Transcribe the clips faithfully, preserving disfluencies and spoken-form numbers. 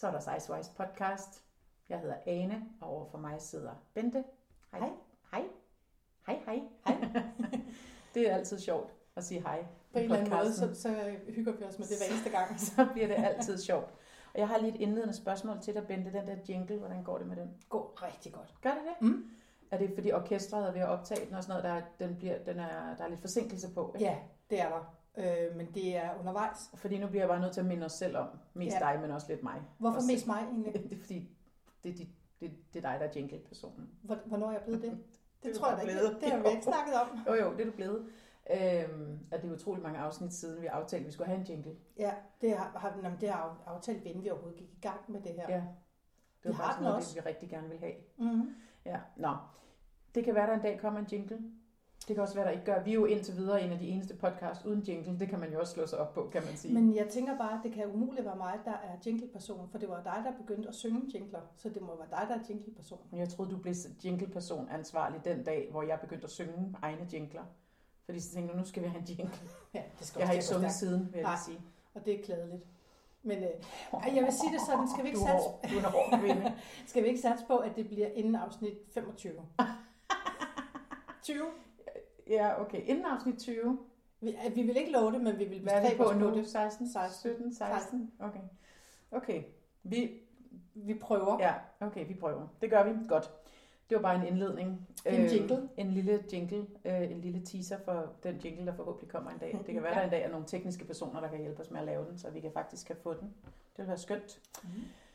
Så er der Sizewise podcast. Jeg hedder Ane, og overfor mig sidder Bente. Hej. Hej. Hej. Hej, hej. Hej. Det er altid sjovt at sige hej. På en eller anden måde, så, så hygger vi os med det hver eneste gang. Så bliver det altid sjovt. Og jeg har lige et indledende spørgsmål til dig, Bente. Den der jingle, hvordan går det med den? Går rigtig godt. Gør det det? Mm. Er det fordi orkestret er ved at optage den og sådan noget, der, den bliver, den er, der er lidt forsinkelse på? Ikke? Ja, det er der. Øh, men det er undervejs. Fordi nu bliver jeg bare nødt til at minde os selv om. Mest Ja. dig, men også lidt mig. Hvorfor også mest mig egentlig? Det er fordi, det er, dit, det, det er dig, der er jingle-personen. Hvornår er jeg blevet det? Det, Det er tror jeg du da ikke. blevet. Det har vi ikke snakket om. Jo, jo, det er du blevet. Øhm, at det er utrolig mange afsnit siden, vi aftalte, at vi skulle have en jingle. Ja, det har, har, jamen, det har aftalt vi, inden vi overhovedet gik i gang med det her. Ja. Det Vi var har bare den sådan noget, også. det, vi rigtig gerne vil have. Mm-hmm. Ja, nå. Det kan være, der en dag kommer en jingle. Det kan også være, der ikke gør. Vi er jo indtil videre en af de eneste podcast uden jingle. Det kan man jo også slå sig op på, kan man sige. Men jeg tænker bare, at det kan umuligt være mig, der er jingleperson, for det var dig, der begyndte at synge jingler, så det må være dig, der er jingleperson. Jeg troede, du blev jingleperson ansvarlig den dag, hvor jeg begyndte at synge egne jingler. Fordi så tænkte jeg, nu skal vi have en jingle. Ja, det skal Jeg har også ikke til at gå sunget stærkt. siden, vil jeg Nej. lige sige. Og det er klædeligt. Men øh, ej, jeg vil sige det sådan, skal vi ikke Du er satse, hård. Du er en hård kvinde. skal vi ikke satse på, at det bliver inden afsnit femogtyve? tyve? Ja, okay. Inden afsnit tyve. Vi, vi vil ikke love det, men vi vil Hvad er vi bestræbe på os på nu? det. seksten? seksten. sytten? seksten? Okay. Okay. Vi, Vi prøver. ja, okay, vi prøver. Det gør vi. Godt. Det var bare en indledning. En Øh, jingle. En lille jingle. Øh, en lille teaser for den jingle, der forhåbentlig kommer en dag. Det kan være, Ja. der en dag er nogle tekniske personer, der kan hjælpe os med at lave den, så vi kan faktisk kan få den. Det vil være skønt. Mm.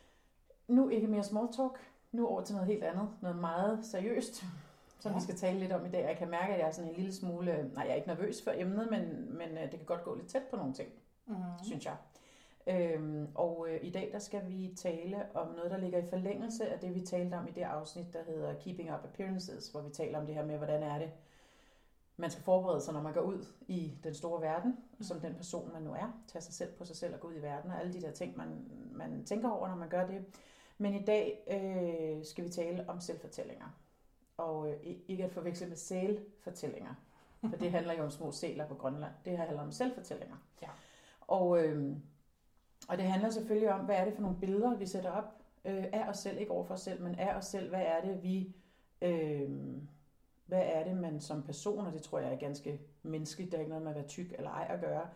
Nu ikke mere small talk. Nu over til noget helt andet. Noget meget seriøst, som Ja. vi skal tale lidt om i dag. Jeg kan mærke, at jeg er sådan en lille smule... Nej, jeg er ikke nervøs for emnet, men, men øh, det kan godt gå lidt tæt på nogle ting, Mm. synes jeg. Øhm, og øh, i dag der skal vi tale om noget, der ligger i forlængelse af det, vi talte om i det afsnit, der hedder Keeping Up Appearances, hvor vi taler om det her med, hvordan er det, man skal forberede sig, når man går ud i den store verden, som den person, man nu er, tage sig selv på sig selv og gå ud i verden, og alle de der ting, man, man tænker over, når man gør det. Men i dag øh, skal vi tale om selvfortællinger. Og øh, ikke at forveksle med sælfortællinger, for det handler jo om små sæler på Grønland. Det her handler om selvfortællinger. Ja. Og, øh, og det handler selvfølgelig om, hvad er det for nogle billeder, vi sætter op øh, af os selv, ikke over for os selv, men af os selv. Hvad er det, vi... Øh, hvad er det, man som person, og det tror jeg er ganske menneskeligt, der er ikke noget med at være tyk eller ej at gøre,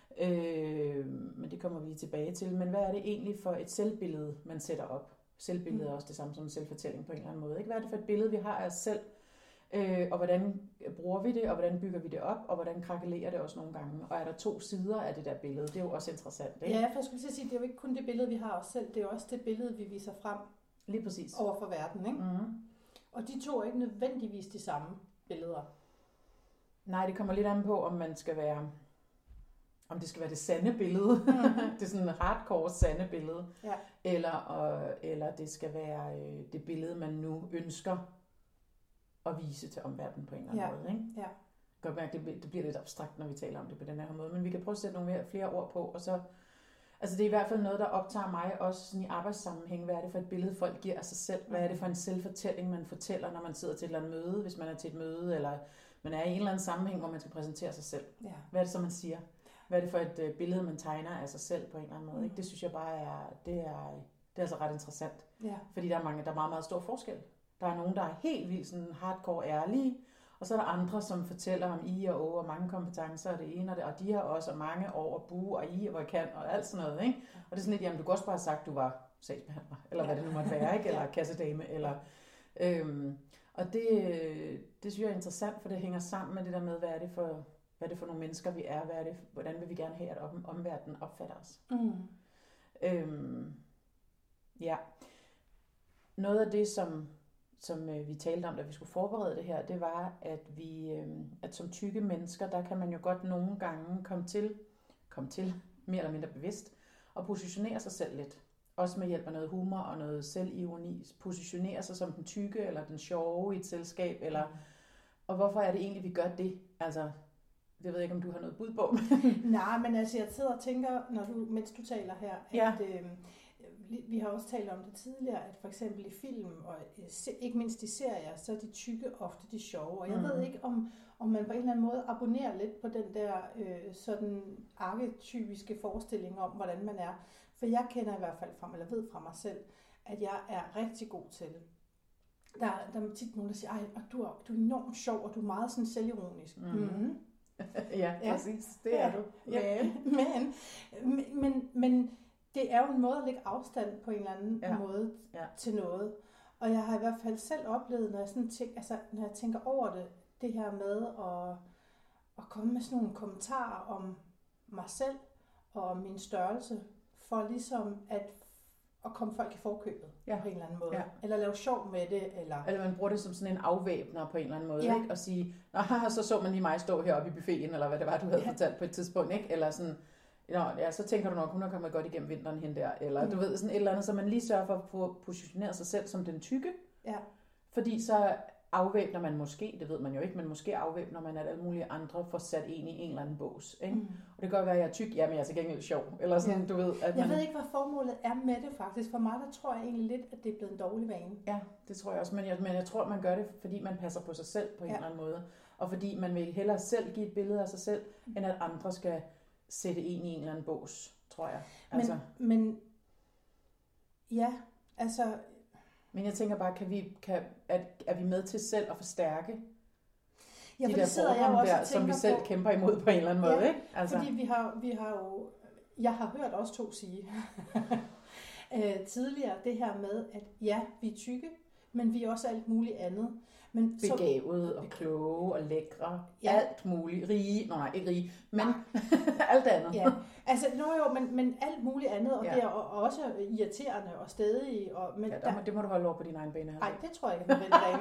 øh, men det kommer vi tilbage til. Men hvad er det egentlig for et selvbillede, man sætter op? Selvbillede er også det samme som en selvfortælling på en eller anden måde. Ikke? Hvad er det for et billede, vi har af os selv? Øh, og hvordan bruger vi det, og hvordan bygger vi det op, og hvordan krakelerer det også nogle gange? Og er der to sider af det der billede? Det er jo også interessant, ikke? Ja, for jeg skulle til at sige, det er jo ikke kun det billede, vi har os selv, det er jo også det billede, vi viser frem Lige præcis. over for verden, ikke? Mm-hmm. Og de to er ikke nødvendigvis de samme billeder. Nej, det kommer lidt an på, om man skal være... Om det skal være det sande billede. Mm-hmm. Det er sådan en hardcore sande billede. Ja. Eller, og, eller det skal være øh, det billede, man nu ønsker at vise til omverdenen på en eller anden Ja. måde. Ikke? Ja. Jeg kan godt mærke, at det, det bliver lidt abstrakt, når vi taler om det på den her måde. Men vi kan prøve at sætte nogle mere, flere ord på. Og så, altså det er i hvert fald noget, der optager mig også sådan i arbejdssammenhæng. Hvad er det for et billede, folk giver af sig selv? Hvad er det for en selvfortælling, man fortæller, når man sidder til et eller andet møde, hvis man er til et møde, eller man er i en eller anden sammenhæng, hvor man skal præsentere sig selv? Ja. Hvad er det så, man siger? Hvad er det for et øh, billede, man tegner af sig selv på en eller anden måde? Ikke? Det synes jeg bare er, det er, det er altså ret interessant. Ja. Fordi der er, mange, der er meget, meget stor forskel. Der er nogen, der er helt vildt sådan hardcore ærlige, og så er der andre, som fortæller om i og å og mange kompetencer og det ene og det, og de har også mange år og bu og i og hvor jeg kan og alt sådan noget. Ikke? Og det er sådan lidt, jamen du kunne også bare have sagt, du var sagsbehandler, eller hvad det nu måtte være, ikke? Eller kassedame, eller... Øhm, og det, det synes jeg er interessant, for det hænger sammen med det der med, hvad er det for, hvad er det for nogle mennesker, vi er, hvad er det, hvordan vil vi gerne have, at om, omverdenen opfatter os. Mm. Øhm, ja. Noget af det, som, som øh, vi talte om, da vi skulle forberede det her, det var, at vi, øh, at som tykke mennesker, der kan man jo godt nogle gange komme til, komme til mere eller mindre bevidst, og positionere sig selv lidt. Også med hjælp af noget humor og noget selvironi. Positionere sig som den tykke eller den sjove i et selskab. Eller, og hvorfor er det egentlig, vi gør det? Altså, det ved jeg ikke, om du har noget bud på. Nej, men altså jeg sidder og tænker, når du, mens du taler her, at Ja. øh, vi har også talt om det tidligere, at for eksempel i film, og ikke mindst i serier, så er de tykke ofte de sjove. Og jeg Mm. ved ikke, om, om man på en eller anden måde abonnerer lidt på den der øh, sådan arketypiske forestilling om, hvordan man er. For jeg kender i hvert fald fra, eller ved fra mig selv, at jeg er rigtig god til det. Der, der er tit nogen, der siger, ej, og du er, du er enormt sjov, og du er meget sådan selvironisk. Mm. Mm-hmm. Ja, præcis. Det er du. Ja, men, men, men, men det er jo en måde at lægge afstand på en eller anden ja. måde ja. til noget. Og jeg har i hvert fald selv oplevet, når jeg, sådan tænker, altså, når jeg tænker over det, det her med at, at komme med sådan nogle kommentarer om mig selv og om min størrelse, for ligesom at, at komme folk i forkøbet ja. på en eller anden måde. Ja. Eller lave sjov med det. Eller... eller man bruger det som sådan en afvæbner på en eller anden måde. Ja. Ikke? Og sige, nå, så så man lige mig stå heroppe i buffeten, eller hvad det var, du havde ja. fortalt på et tidspunkt. Ikke? Eller sådan, nå, ja, så tænker du nok, hun har kommet godt igennem vinteren hen der. Eller mm. du ved, sådan et eller andet, så man lige sørger for at få positioneret sig selv som den tykke. Ja. Fordi så afvæbner man måske, det ved man jo ikke, men måske afvæbner man, at alle mulige andre får sat en i en eller anden bås. Ikke? Mm. Og det kan godt være, at jeg er tyk, ja, men jeg er til gengæld sjov. Eller sådan, ja. du ved, at jeg man... ved ikke, hvad formålet er med det faktisk. For mig, der tror jeg egentlig lidt, at det er blevet en dårlig vane. Ja, det tror jeg også. Men jeg, men jeg tror, at man gør det, fordi man passer på sig selv på en ja. eller anden måde. Og fordi man vil hellere selv give et billede af sig selv, mm. end at andre skal sætte en i en eller anden bås, tror jeg. Altså. Men, men ja, altså... Men jeg tænker bare, kan vi, kan, at, er vi med til selv at forstærke ja, de for der fordomme der, som vi selv på, kæmper imod på en eller anden måde, ja, ikke? Altså. Fordi vi har, vi har jo, jeg har hørt os to sige øh, tidligere det her med, at ja, vi er tykke, men vi er også alt muligt andet. Men begavet og kloge og lækre, ja. alt muligt, rige, nej, ikke rige, men alt andet. Ja, altså nå jo, men, men alt muligt andet, og ja. det er også irriterende og stedige. Og, men ja, der, der, det må du holde over på din egen bane her. Nej, det tror jeg ikke, at dame.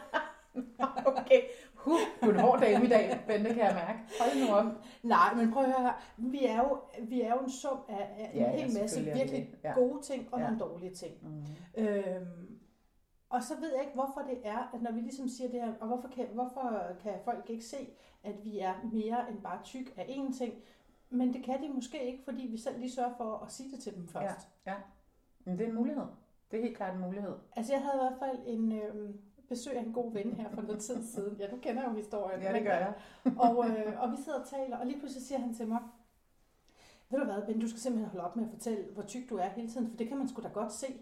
Okay, huh, du er en hård dame i dag, Bente, kan jeg mærke. Hold nu op. Nej, men prøv at høre her. Vi er jo, vi er jo en sum af, af ja, en hel ja, masse virkelig ja. gode ting og ja. nogle dårlige ting. Mm. Øhm, Og så ved jeg ikke, hvorfor det er, at når vi ligesom siger det her, og hvorfor kan, hvorfor kan folk ikke se, at vi er mere end bare tyk af én ting, men det kan de måske ikke, fordi vi selv lige sørger for at sige det til dem først. Ja, ja. Men det er en mulighed. Det er helt klart en mulighed. Altså jeg havde i hvert fald en øh, besøg af en god ven her for noget tid siden. Ja, du kender jo historien. Ja, det gør jeg. og, øh, og vi sidder og taler, og lige pludselig siger han til mig, ved du hvad, Ben, du skal simpelthen holde op med at fortælle, hvor tyk du er hele tiden, for det kan man sgu da godt se.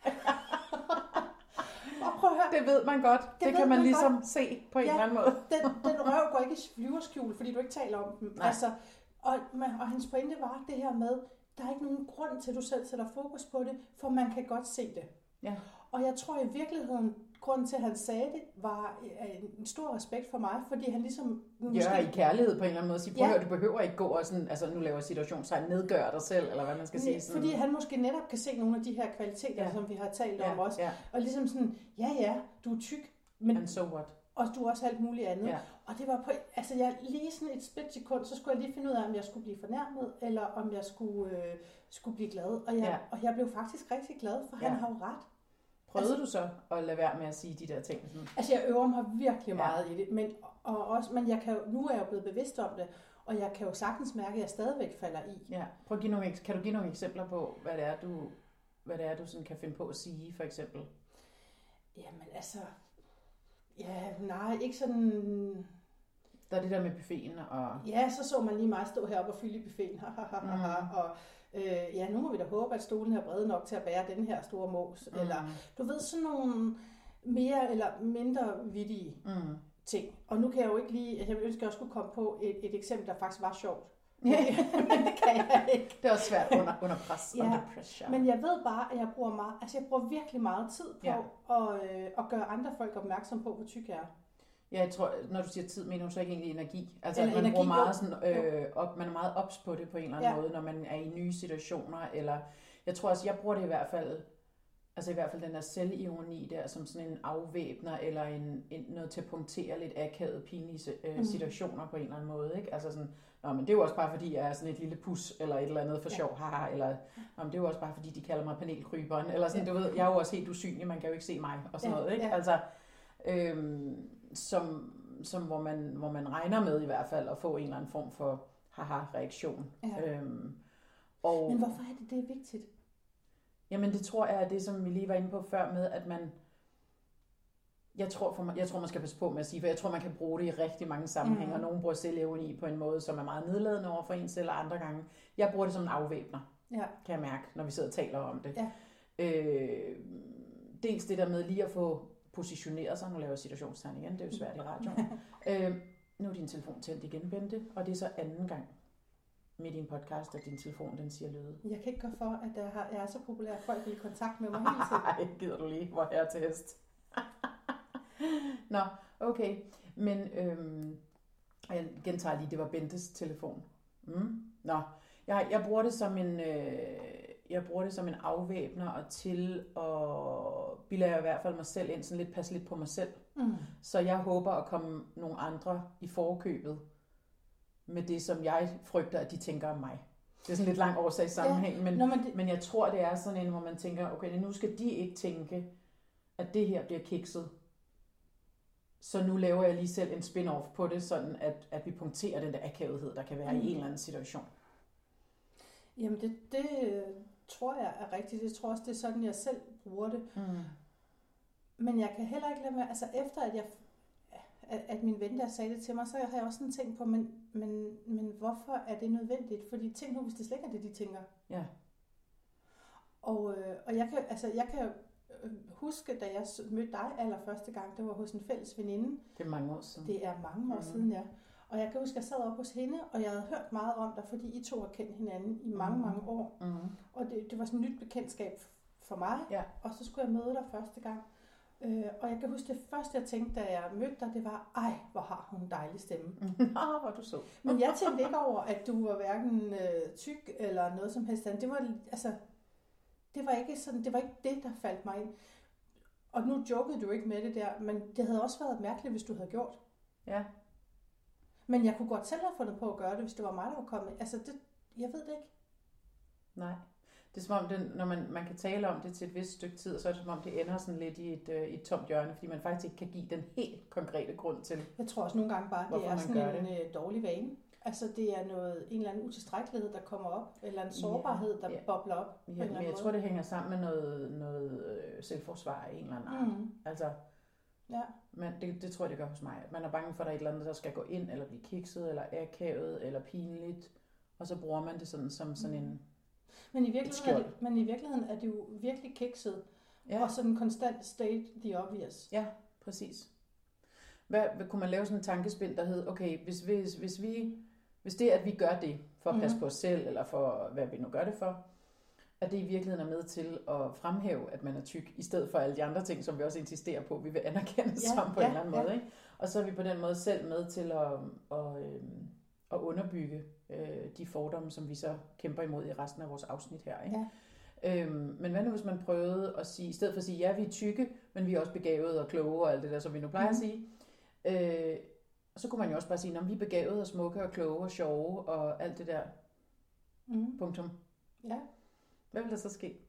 Prøv at høre. Det ved man godt. Det, det kan man, man ligesom godt. se på en ja, eller anden måde. den, den røv går ikke i flyverskjul, fordi du ikke taler om dem. Altså, og, og hans pointe var det her med, der er ikke nogen grund til, at du selv sætter fokus på det, for man kan godt se det. Ja. Og jeg tror i virkeligheden, grunden til, at han sagde det, var en stor respekt for mig, fordi han ligesom... Måske... Ja, i kærlighed på en eller anden måde. At sige, prøv at høre, du behøver ikke gå og sådan, altså nu laver situationstegn, nedgør dig selv, eller hvad man skal sige. Sådan. Fordi han måske netop kan se nogle af de her kvaliteter, ja. som vi har talt ja, om også. Ja. Og ligesom sådan, ja ja, du er tyk, men... And so what? Og du er også alt muligt andet. Ja. Og det var på, altså jeg lige sådan et splitsekund, så skulle jeg lige finde ud af, om jeg skulle blive fornærmet, eller om jeg skulle, øh, skulle blive glad. Og jeg, ja. og jeg blev faktisk rigtig glad, for ja. han har jo ret. Prøvede altså, du så at lade være med at sige de der ting? Sådan? Altså jeg øver mig virkelig meget ja. i det, men, og også, men jeg kan jo, nu er jeg jo blevet bevidst om det, og jeg kan jo sagtens mærke, at jeg stadigvæk falder i. Ja. Prøv at give nogle, kan du give nogle eksempler på, hvad det er, du, hvad det er, du sådan kan finde på at sige, for eksempel? Jamen altså, ja, nej, ikke sådan... Der er det der med buffeten og... Ja, så så man lige mig stå heroppe og fylde i buffeten, mm. og øh, ja, nu må vi da håbe, at stolen er bred nok til at bære den her store mås, mm. eller du ved, sådan nogle mere eller mindre vittige mm. ting. Og nu kan jeg jo ikke lige, jeg ønsker, at jeg skulle komme på et, et eksempel, der faktisk var sjovt. Men det kan jeg ikke. Det er også svært under, under pres, ja, under pressure. Men jeg ved bare, at jeg bruger meget, altså jeg bruger virkelig meget tid på ja. at, øh, at gøre andre folk opmærksom på, hvor tyk jeg er. Ja, jeg tror, når du siger tid, mener du så ikke egentlig energi? Altså, eller at man energi, bruger meget sådan, øh, op, man er meget ops på det på en eller anden ja. måde, når man er i nye situationer, eller jeg tror også, jeg bruger det i hvert fald, altså i hvert fald den der selvironi der, som sådan en afvæbner, eller en, en, noget til at punktere lidt akavet, pinlige øh, situationer mm. på en eller anden måde, ikke? Altså sådan, nå, men det er jo også bare fordi, jeg er sådan et lille pus, eller et eller andet for ja. sjov, haha, eller nå, men det er jo også bare fordi, de kalder mig panelkryberen, eller sådan, ja. du ved, jeg er jo også helt usynlig, man kan jo ikke se mig, og sådan ja. noget, ikke? Ja. Altså, øhm, som, som hvor, man, hvor man regner med i hvert fald at få en eller anden form for haha-reaktion. Ja. Øhm, og, men hvorfor er det, det er vigtigt? Jamen det tror jeg er det, som vi lige var inde på før med, at man, Jeg tror, for, jeg tror, man skal passe på med at sige, for jeg tror, man kan bruge det i rigtig mange sammenhænge, mm. og nogen bruger selvironi på en måde, som er meget nedladende over for en selv, og andre gange. Jeg bruger det som en afvæbner, ja. kan jeg mærke, når vi sidder og taler om det. Ja. Øh, dels det der med lige at få positioneret sig, nu laver jeg situationstegn igen, det er jo svært i radioen. øh, nu er din telefon tændt igen, Bente, og det er så anden gang midt i en podcast, at din telefon den siger lyde. Jeg kan ikke gøre for, at jeg, har, jeg er så populær, at folk vil i kontakt med mig hele tiden. Nej, gider du lige, hvor jeg er til hest. Nå, okay. Men øhm, jeg gentager lige, det var Bentes telefon. Mm. Nå, jeg, jeg bruger det som en øh, jeg bruger det som en afvæbner og til at bilder jeg i hvert fald mig selv ind, sådan lidt passe lidt på mig selv. Mm. Så jeg håber at komme nogle andre i forkøbet med det, som jeg frygter, at de tænker om mig. Det er sådan lidt lang årsagssammenhæng, ja, men, Nå, men, det... men jeg tror, det er sådan en, hvor man tænker, okay, nu skal de ikke tænke, at det her bliver kikset. Så nu laver jeg lige selv en spin-off på det, sådan at, at vi punkterer den der akavethed, der kan være mm. i en eller anden situation. Jamen det, det tror jeg er rigtigt. Det tror også, det er sådan, jeg selv bruger det. Mm. Men jeg kan heller ikke lade være, altså efter at jeg at, at min ven der sagde det til mig, så har jeg også sådan tænkt på, men, men, men hvorfor er det nødvendigt? Fordi tænk nu, hvis det slet ikke er det, de tænker. Ja. Og, øh, og jeg kan, altså jeg kan huske, da jeg mødte dig allerførste gang, det var hos en fælles veninde. Det er mange år siden. Det er mange år mm. siden, ja. Og jeg kan huske, at jeg sad op hos hende, og jeg havde hørt meget om dig, fordi I to har kendt hinanden i mange, mm. mange år. Mm. Og det, det var sådan et nyt bekendtskab for mig, ja. Og så skulle jeg møde dig første gang. Øh, og jeg kan huske, det første, jeg tænkte, da jeg mødte dig, det var, ej, hvor har hun en dejlig stemme. Nå, hvor du så. Men jeg tænkte ikke over, at du var hverken øh, tyk eller noget som helst. Det var, altså, det var ikke sådan, det var ikke det, der faldt mig ind. Og nu jokede du ikke med det der, men det havde også været mærkeligt, hvis du havde gjort. Ja. Men jeg kunne godt selv have fundet på at gøre det, hvis det var mig, der var kommet. Altså, det, jeg ved det ikke. Nej. Det er som om, det, når man, man kan tale om det til et vist stykke tid, så er det som om, det ender sådan lidt i et, øh, et tomt hjørne, fordi man faktisk ikke kan give den helt konkrete grund til, jeg tror også nogle gange bare, det er sådan en det. dårlig vane. Altså det er noget, en eller anden utilstrækkelighed, der kommer op, eller en sårbarhed, der ja, ja. bobler op. Ja, men jeg måde. tror, det hænger sammen med noget, noget selvforsvar af en eller anden art. Mm. Altså, ja. men det, det tror jeg, det gør hos mig. Man er bange for, at der er et eller andet, der skal gå ind, eller blive kikset, eller akavet, eller pinligt, og så bruger man det sådan som sådan en Men i virkeligheden, er det, men i virkeligheden er det jo virkelig kikset, ja. Og sådan en konstant state the obvious. Ja, præcis. Hvad, hvad kunne man lave sådan en tankespind, der hed, okay, hvis, hvis, hvis, vi, hvis det at vi gør det, for at passe mm. på os selv, eller for hvad vi nu gør det for, at det i virkeligheden er med til at fremhæve, at man er tyk, i stedet for alle de andre ting, som vi også insisterer på, vi vil anerkende ja, som på ja, en eller anden ja. måde. Ikke? Og så er vi på den måde selv med til at, at, at, at underbygge øh, de fordomme, som vi så kæmper imod i resten af vores afsnit her. Ikke? Ja. Øhm, men hvad nu, hvis man prøvede at sige, i stedet for at sige, ja, vi er tykke, men vi er også begavede og kloge og alt det der, som vi nu plejer mm. at sige, øh, så kunne man jo også bare sige, at vi er begavede og smukke og kloge og sjove og alt det der. Mm. Punktum. Ja. Hvad vil der så ske?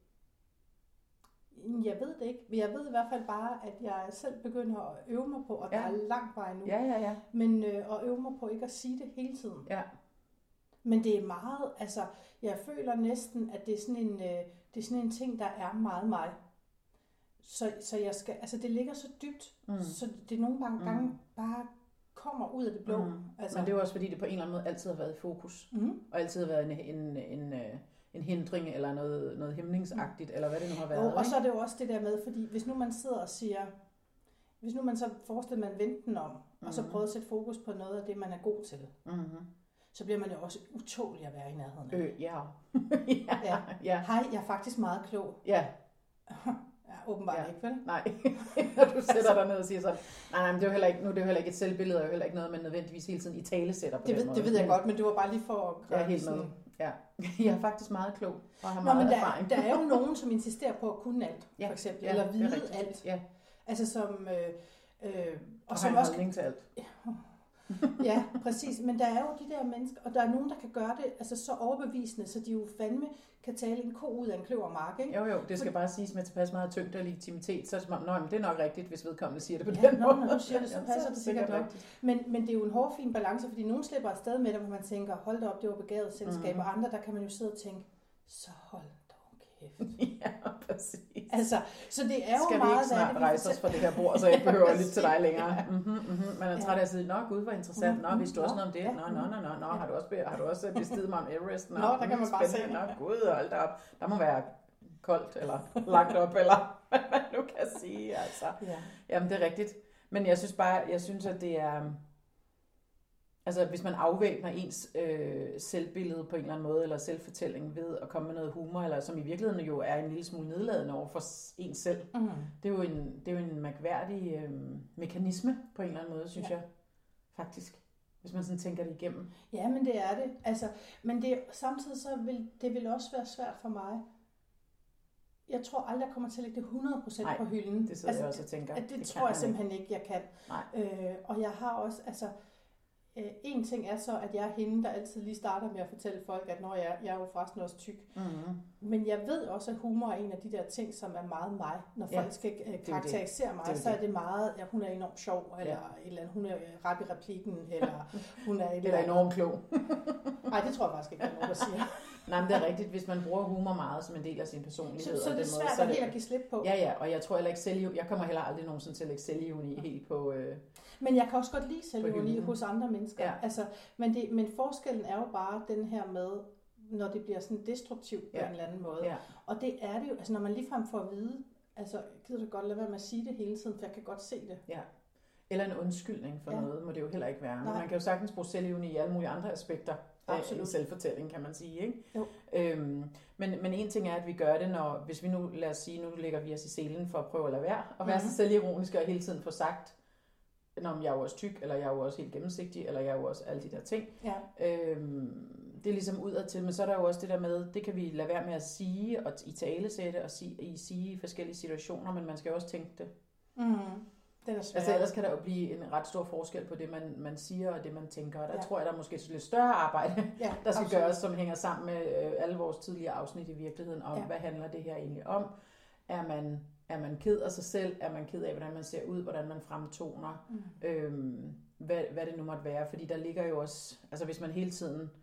Jeg ved det ikke. Jeg ved i hvert fald bare, at jeg selv begynder at øve mig på, og ja. der er langt vej nu. Ja, ja, ja. Men øh, at øve mig på ikke at sige det hele tiden. Ja. Men det er meget, altså, jeg føler næsten, at det er sådan en, øh, det er sådan en ting, der er meget mig. Så, så jeg skal, altså det ligger så dybt, mm. så det nogle gange mm. bare kommer ud af det blå. Mm. Altså. Men det er jo også fordi, det på en eller anden måde altid har været i fokus. Mm. Og altid har været en, en, en, en hindring, eller noget, noget hæmningsagtigt, mm. eller hvad det nu har været. Og, og så er det jo også det der med, fordi hvis nu man sidder og siger, hvis nu man så forestiller, at man vendte den om, mm. og så prøver at sætte fokus på noget af det, man er god til, mm. så bliver man jo også utålig at være i nærheden af. Øh, ja. ja. ja. ja. Hej, jeg er faktisk meget klog. Ja. Ja, åbenbart ja. ikke, vel? Nej, du sætter dig ned og siger sådan, nej, nej, men det er jo heller ikke, nu er det jo heller ikke et selvbillede, og jo heller ikke noget, man nødvendigvis hele tiden i tale sætter på det den ved, måde. Det ved jeg godt, men det var bare lige for at gøre ja, helt sådan. Med. Ja, jeg er faktisk meget klog, og har Nå, meget men erfaring. Der, der er jo nogen, som insisterer på at kunne alt, ja, for eksempel, ja, eller vide alt. Ja. Altså som... Øh, øh, og, og som har en også holdning til alt. Ja. Ja, præcis. Men der er jo de der mennesker, og der er nogen, der kan gøre det altså så overbevisende, så de jo fandme kan tale en ko ud af en kløvermark, ikke? Jo, jo, det skal For... bare siges med tilpas meget tyngde og legitimitet, så er det som om, nej, men det er nok rigtigt, hvis vedkommende siger det på ja, den måde. Ja, når du siger det, så passer det sikkert nok. Men, men det er jo en hårfin balance, fordi nogen slipper afsted med det, hvor man tænker, hold da op, det var begavet selskab, mm. og andre, der kan man jo sidde og tænke, så hold da kæft. Ja, præcis. Altså, så det er jo Skal vi meget... ikke snart det, rejse os fra det her bord, så jeg ikke behøver at lytte til dig længere? Mm-hmm, mm-hmm. Man er træt af at sige, nå gud, hvor interessant. Nå, vidste du også noget om det? Nå, nå, nå, nå, nå. Har du også, har du også bestiget mig om Everest? Nå, der kan man bare se. Nå, gud, hold da op. Der må være koldt, eller langt op, eller hvad man nu kan sige. Altså. Ja. Jamen, det er rigtigt. Men jeg synes bare, jeg synes, at det er... Altså, hvis man afvæbner ens øh, selvbillede på en eller anden måde, eller selvfortælling ved at komme med noget humor, eller som i virkeligheden jo er en lille smule nedladende over for ens selv. Mm. Det, er jo en, det er jo en mærkværdig øh, mekanisme på en eller anden måde, synes ja. jeg, faktisk. Hvis man sådan tænker det igennem. Ja, men det er det. Altså, men det, samtidig så vil det vil også være svært for mig. Jeg tror aldrig, jeg kommer til at lægge det hundrede procent på hylden. Det sidder altså, jeg også og tænker. Det, det, det tror jeg simpelthen ikke, jeg kan. Øh, og jeg har også, altså... Øh, en ting er så, at jeg er hende, der altid lige starter med at fortælle folk, at når jeg, jeg er jo forresten også tyk. Mm-hmm. Men jeg ved også, at humor er en af de der ting, som er meget mig. Når folk ja, skal øh, karakterisere mig, det er så er det meget, at hun er enormt sjov, eller, ja. eller hun er rap i replikken, eller hun er... Et eller enormt klog. Nej, det tror jeg faktisk ikke, der er nogen, der siger. Nej, men det er rigtigt, hvis man bruger humor meget som en del af sin personlighed. Så, så det er det svært måde, at helt at give slip på. Ja, ja, og jeg tror heller ikke selv, jeg kommer heller aldrig nogensinde til at lægge selvjuni helt på... Øh, men jeg kan også godt lide selvjuni hos andre mennesker. Ja. Altså, men, det, men forskellen er jo bare den her med, når det bliver sådan destruktivt på ja. en eller anden måde. Ja. Og det er det jo, altså når man ligefrem får at vide, altså gider du godt lade være med at sige det hele tiden, for jeg kan godt se det. Ja. Eller en undskyldning for ja. noget, må det jo heller ikke være. Men man kan jo sagtens bruge selvjuni i alle mulige andre aspekter. Absolut. En selvfortælling, kan man sige, ikke? Jo. Øhm, men, men en ting er, at vi gør det, når, hvis vi nu, lad os sige, nu lægger vi os i selen for at prøve at lade være, og være mm-hmm. så selvironiske og hele tiden få sagt, når jeg er jo også tyk, eller jeg er jo også helt gennemsigtig, eller jeg er jo også alle de der ting. Ja. Øhm, det er ligesom udadtil, men så er der jo også det der med, det kan vi lade være med at sige, og i talesætte, og sige, i sige i forskellige situationer, men man skal jo også tænke det. Mm. Det er altså ellers kan der jo blive en ret stor forskel på det, man, man siger og det, man tænker. Og der ja. tror jeg, der er måske et lidt større arbejde, ja, der skal absolut. gøres, som hænger sammen med øh, alle vores tidligere afsnit i virkeligheden, om ja. hvad handler det her egentlig om. Er man, er man ked af sig selv? Er man ked af, hvordan man ser ud? Hvordan man fremtoner? Mm. Øhm, hvad, hvad det nu måtte være. Fordi der ligger jo også, altså hvis man hele tiden,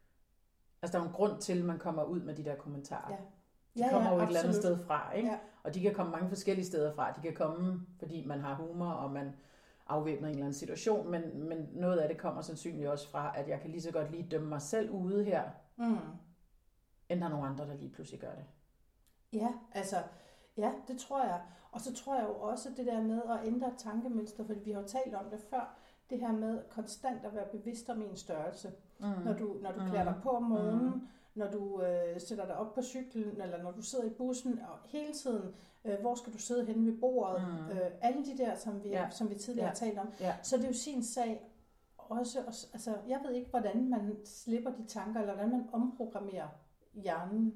altså der er en grund til, at man kommer ud med de der kommentarer. Ja. De ja, kommer ja, jo et eller andet sted fra, ikke? Ja. Og de kan komme mange forskellige steder fra. De kan komme, fordi man har humor, og man afvæbner en eller anden situation, men, men noget af det kommer sandsynligt også fra, at jeg kan lige så godt lige dømme mig selv ude her, mm. end der er nogle andre, der lige pludselig gør det. Ja, altså, ja, det tror jeg. Og så tror jeg jo også det der med at ændre tankemønster, fordi vi har jo talt om det før, det her med konstant at være bevidst om en størrelse. Mm. Når du, når du klæder dig på om morgenen, mm. når du øh, sætter dig op på cyklen, eller når du sidder i bussen, og hele tiden, øh, hvor skal du sidde henne ved bordet, mm. øh, alle de der, som vi, ja. som vi tidligere ja. har talt om. Ja. Så det er jo sin sag også, altså jeg ved ikke, hvordan man slipper de tanker, eller hvordan man omprogrammerer hjernen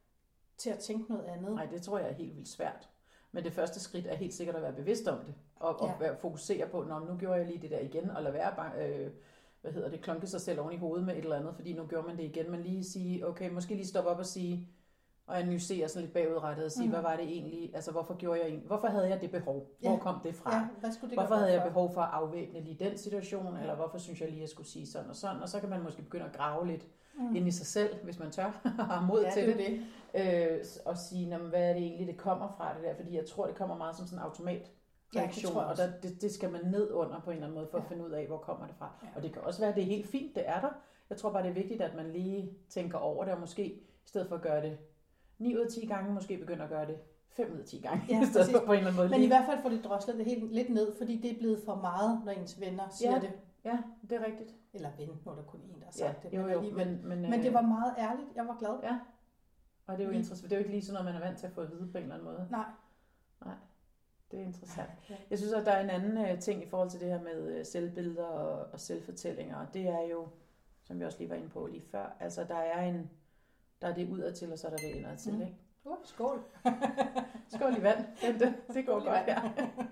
til at tænke noget andet. Nej, det tror jeg er helt vildt svært. Men det første skridt er helt sikkert at være bevidst om det, og, ja. og være, fokusere på, når nu gjorde jeg lige det der igen, og lade være bare... Øh, hvad hedder det, klonke sig selv oven i hovedet med et eller andet, fordi nu gjorde man det igen, men lige sige, okay, måske lige stoppe op og sige, og analysere sådan lidt bagudrettet, og sige, mm. hvad var det egentlig, altså hvorfor gjorde jeg egentlig, hvorfor havde jeg det behov, hvor ja. kom det fra, ja, hvad skulle det hvorfor havde jeg behov for at afvæbne lige den situation, ja. eller hvorfor synes jeg lige, at jeg skulle sige sådan og sådan, og så kan man måske begynde at grave lidt mm. ind i sig selv, hvis man tør, og har mod ja, til det, det, det. Øh, og sige, hvad er det egentlig, det kommer fra det der, fordi jeg tror, det kommer meget som sådan en automat, reaktion, ja, og der, det, det skal man ned under på en eller anden måde, for ja. at finde ud af, hvor kommer det fra. Ja. Og det kan også være, at det er helt fint, det er der. Jeg tror bare, det er vigtigt, at man lige tænker over det, og måske, i stedet for at gøre det ni ud af ti gange, måske begynder at gøre det fem ud af ti gange, ja, i stedet for på en eller anden måde. Men lige. I hvert fald får det droslet det helt lidt ned, fordi det er blevet for meget, når ens venner siger ja. det. Ja, det er rigtigt. Eller ven, når der kun en, der har sagt ja, det. Jo, jo, men, men, men det var meget ærligt, jeg var glad. Ja, og det er jo interessant, det er jo ikke lige sådan noget, man er vant til at få at vide på en eller anden måde. Nej. Nej. Det er interessant. Jeg synes, at der er en anden ting i forhold til det her med selvbilleder og, og selvfortællinger. Det er jo, som vi også lige var inde på lige før, altså der er en, der er det udadtil, og så er der det indadtil, mm. ikke? Uh, skål. Skål i vand. Det, det, det går godt her.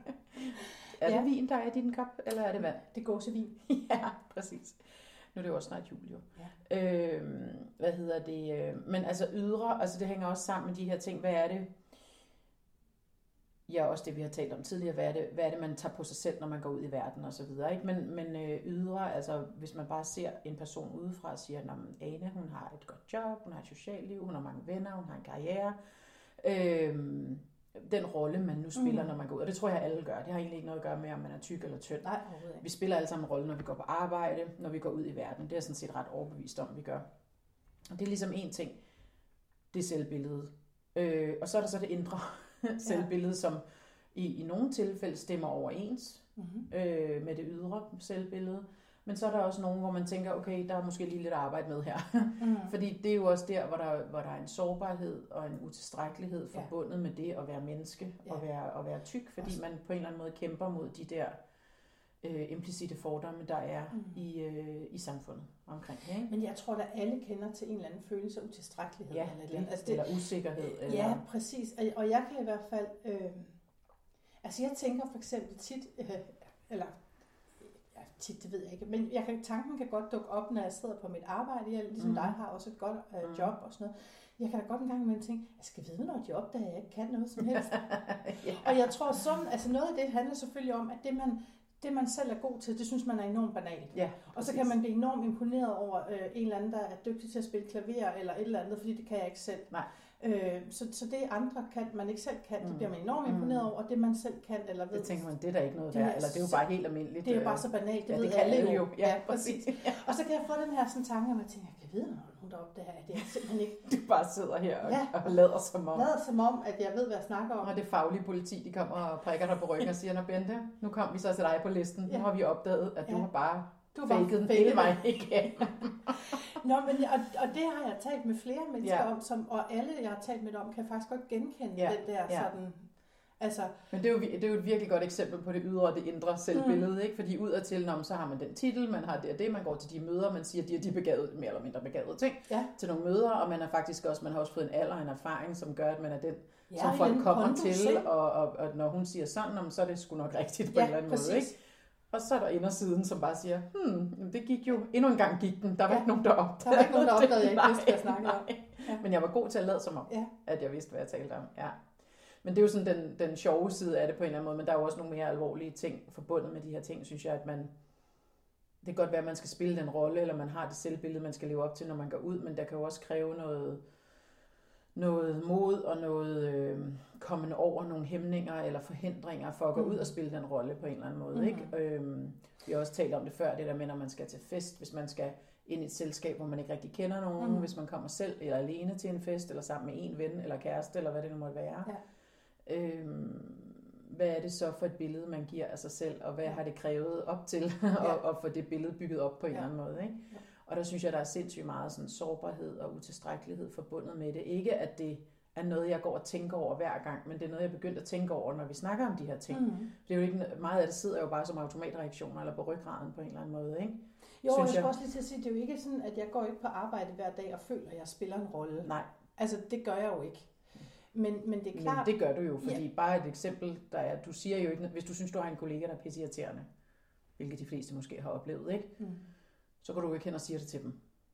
Er det ja. vin, der er i din kop, eller er det vand? Det går til vin. Ja, præcis. Nu er det jo også snart jul, jo. Ja. Øhm, hvad hedder det? Men altså ydre, altså det hænger også sammen med de her ting. Hvad er det? ja, også det, vi har talt om tidligere, hvad er det, hvad er det man tager på sig selv, når man går ud i verden og så videre, ikke? Men, men øh, ydre, altså hvis man bare ser en person udefra og siger, at Ane, hun har et godt job, hun har et socialt liv, hun har mange venner, hun har en karriere, øh, den rolle, man nu spiller, mm. når man går ud, og det tror jeg, alle gør. Det har egentlig ikke noget at gøre med, om man er tyk eller tynd. Nej, vi spiller alle sammen en rolle, når vi går på arbejde, når vi går ud i verden. Det er jeg sådan set ret overbevist om, vi gør. Og det er ligesom en ting, det er selvbilledet. Øh, og så er der så det indre selvbillede, som i, i nogle tilfælde stemmer overens mm-hmm. øh, med det ydre selvbillede. Men så er der også nogen, hvor man tænker, okay, der er måske lige lidt arbejde med her. Mm. Fordi det er jo også der, hvor der, hvor der er en sårbarhed og en utilstrækkelighed forbundet ja. med det at være menneske ja. og, være, og være tyk, fordi også. man på en eller anden måde kæmper mod de der øh, implicite fordomme, der er mm. i, øh, i samfundet omkring det. Ikke? Men jeg tror, at alle kender til en eller anden følelse af utilstrækkelighed. Ja, eller, det, altså det, eller usikkerhed. Øh, eller... Ja, præcis. Og, og jeg kan i hvert fald... Øh, altså jeg tænker for eksempel tit... Øh, eller... tit, det ved jeg ikke, men jeg kan, tanken kan godt dukke op, når jeg sidder på mit arbejde. Jeg, ligesom mm. dig har også et godt uh, job og sådan noget. Jeg kan da godt en gang imellem tænke, jeg skal vide noget job, der jeg ikke kan noget som helst. ja. Og jeg tror sådan, altså noget af det handler selvfølgelig om, at det man, det man selv er god til, det synes man er enormt banalt. Ja, og så kan man blive enormt imponeret over øh, en eller anden, der er dygtig til at spille klaver eller et eller andet, fordi det kan jeg ikke selv. Nej. Øh, så, så det andre kan, man ikke selv kan, det bliver man enormt imponeret over, og det man selv kan eller ved. Det tænker man, det er da ikke noget værd, eller det er jo bare helt almindeligt. Det er jo bare så banalt, det ja, ved det kan alle jo. Ja, ja, præcis. Og så kan jeg få den her sådan tanke, og jeg tænker, jeg kan vide, når hun deroppe, det her, det er simpelthen ikke. Du bare sidder her og, ja. og lader som om. Lader som om, at jeg ved, hvad jeg snakker om. Og det faglige politi, de kommer og prikker dig på ryggen og siger, nå Bente, nu kom vi så til dig på listen, ja. nu har vi opdaget, at du ja. har bare du faked den hele vejen igen. Nå, men, og, og det har jeg talt med flere mennesker ja. om, som, og alle, jeg har talt med om, kan faktisk godt genkende ja. den der ja. sådan... Altså, men det er, jo, det er jo et virkelig godt eksempel på det ydre og det indre selvbillede, mm. ikke? Fordi udadtil, når man, så har man den titel, man har det og det, man går til de møder, man siger, de er de begavede, mere eller mindre begavede ting ja. til nogle møder, og man er faktisk også, man har også fået en alder og en erfaring, som gør, at man er den, ja, som folk kommer til, og, og, og når hun siger sådan, så er det sgu nok rigtigt på ja, en eller anden præcis. måde, ikke? Og så er der indersiden, som bare siger, hmm, det gik jo, endnu en gang gik den, der var ja. ikke nogen, der opdagede Der var ikke nogen, der opdagede, jeg ikke vidste, hvad jeg snakkede om. Ja. Men jeg var god til at lade som om, ja. at jeg vidste, hvad jeg talte om. Ja. Men det er jo sådan den, den sjove side af det på en eller anden måde, men der er jo også nogle mere alvorlige ting forbundet med de her ting, synes jeg, at man, det kan godt være, at man skal spille den rolle, eller man har det selvbillede, man skal leve op til, når man går ud, men der kan jo også kræve noget, noget mod og noget øh, kommende over nogle hæmninger eller forhindringer for at gå mm. ud og spille den rolle på en eller anden måde. Mm. Ikke? Øhm, vi har også talt om det før, det der med, når man skal til fest, hvis man skal ind i et selskab, hvor man ikke rigtig kender nogen, mm. hvis man kommer selv eller alene til en fest, eller sammen med en ven eller kæreste, eller hvad det nu måtte være. Ja. Øhm, hvad er det så for et billede, man giver af sig selv, og hvad ja. har det krævet op til ja. at, at få det billede bygget op på en ja. eller anden måde. Ikke? Ja. Og der synes jeg, der er sindssygt meget sådan sårbarhed og utilstrækkelighed forbundet med det. Ikke at det er noget, jeg går og tænker over hver gang, men det er noget, jeg er begyndt at tænke over, når vi snakker om de her ting. Mm. Det er jo ikke, meget af det sidder jo bare som automatreaktioner eller på ryggraden på en eller anden måde. Ikke? Jo, og jeg skal også lige til at sige, det er jo ikke sådan, at jeg går ikke på arbejde hver dag og føler, at jeg spiller en rolle. Nej. Altså, det gør jeg jo ikke. Men, men det er klart... Men det gør du jo, fordi ja. bare et eksempel, der er, du siger jo ikke, hvis du synes, du har en kollega, der er pisseirriterende, hvilket de fleste måske har oplevet, ikke? Mm. Så går du ikke hen og siger det til dem.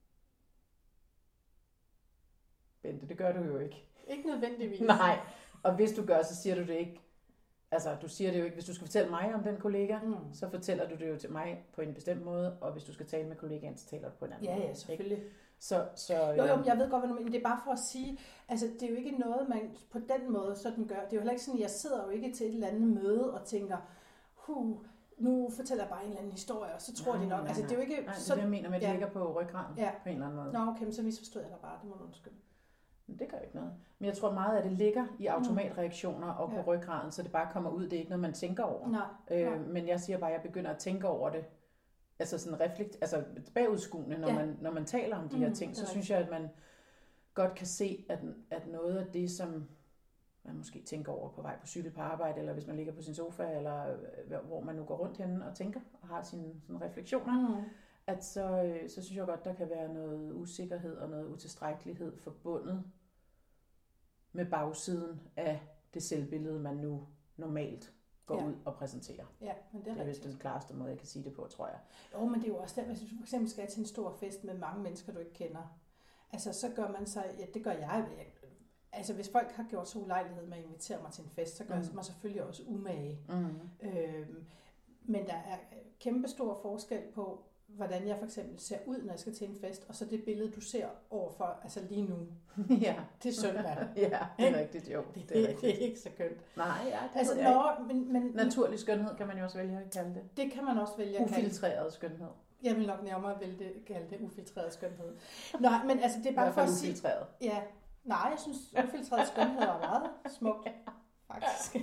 Bente, det gør du jo ikke. Ikke nødvendigvis. Nej, og hvis du gør, så siger du det ikke. Altså, du siger det jo ikke. Hvis du skal fortælle mig om den kollega, mm. så fortæller du det jo til mig på en bestemt måde, og hvis du skal tale med kollegaen, så taler du på en anden ja, måde. Ja, ja, selvfølgelig. Ikke? Så, så, jo, jo, jeg ved godt, hvad du mener. Det er bare for at sige, altså det er jo ikke noget, man på den måde sådan gør. Det er jo heller ikke sådan, jeg sidder jo ikke til et eller andet møde og tænker, huh, nu fortæller jeg bare en eller anden historie, og så tror nej, de nok. Nej, altså, det er jo ikke nej, så, det jeg mener med, at det ja. ligger på ryggraden ja. på en eller anden måde. Nå, okay, men så misforstod jeg dig bare. Det må du undskylde. Men det gør ikke noget. Men jeg tror meget, at det ligger i automatreaktioner og på ja. ryggraden, så det bare kommer ud. Det er ikke noget, man tænker over. Nej, øh, nej. Men jeg siger bare, at jeg begynder at tænke over det. Altså sådan reflekt, altså bagudskuende, når, ja. man, når man taler om de mm, her ting, så right. synes jeg, at man godt kan se, at, at noget af det, som man måske tænker over på vej på cykel på arbejde, eller hvis man ligger på sin sofa, eller hvor man nu går rundt henne og tænker, og har sine sådan refleksioner, mm. at så, så synes jeg godt, der kan være noget usikkerhed og noget utilstrækkelighed forbundet med bagsiden af det selvbillede, man nu normalt går ja. ud og præsenterer. Ja, men det er, det er vist den klareste måde, jeg kan sige det på, tror jeg. Jo, men det er jo også der, hvis du for eksempel skal til en stor fest med mange mennesker, du ikke kender. Altså, så gør man sig, ja, det gør jeg, altså hvis folk har gjort så ulejlighed med at invitere mig til en fest, så gør Mm. jeg mig selvfølgelig også umage. Mm. Øhm, men der er kæmpe stor forskel på, hvordan jeg for eksempel ser ud, når jeg skal til en fest, og så det billede, du ser overfor, altså lige nu. Ja. Det er søndag. Ja, det er rigtigt, jo. Det, Det er rigtigt. det er ikke så kønt. Nej, ja, det Altså, ved jeg når, men, men, ikke. Naturlig skønhed kan man jo også vælge at kalde det. det kan man også vælge at kalde. Ufiltreret skønhed. Jeg vil nok nærmere vælge det, kalde det ufiltreret skønhed. Nej, men altså det er I bare hvert for fald at sige... ufiltreret. Ja, nej, jeg synes ufiltreret skønhed er meget smukt, faktisk.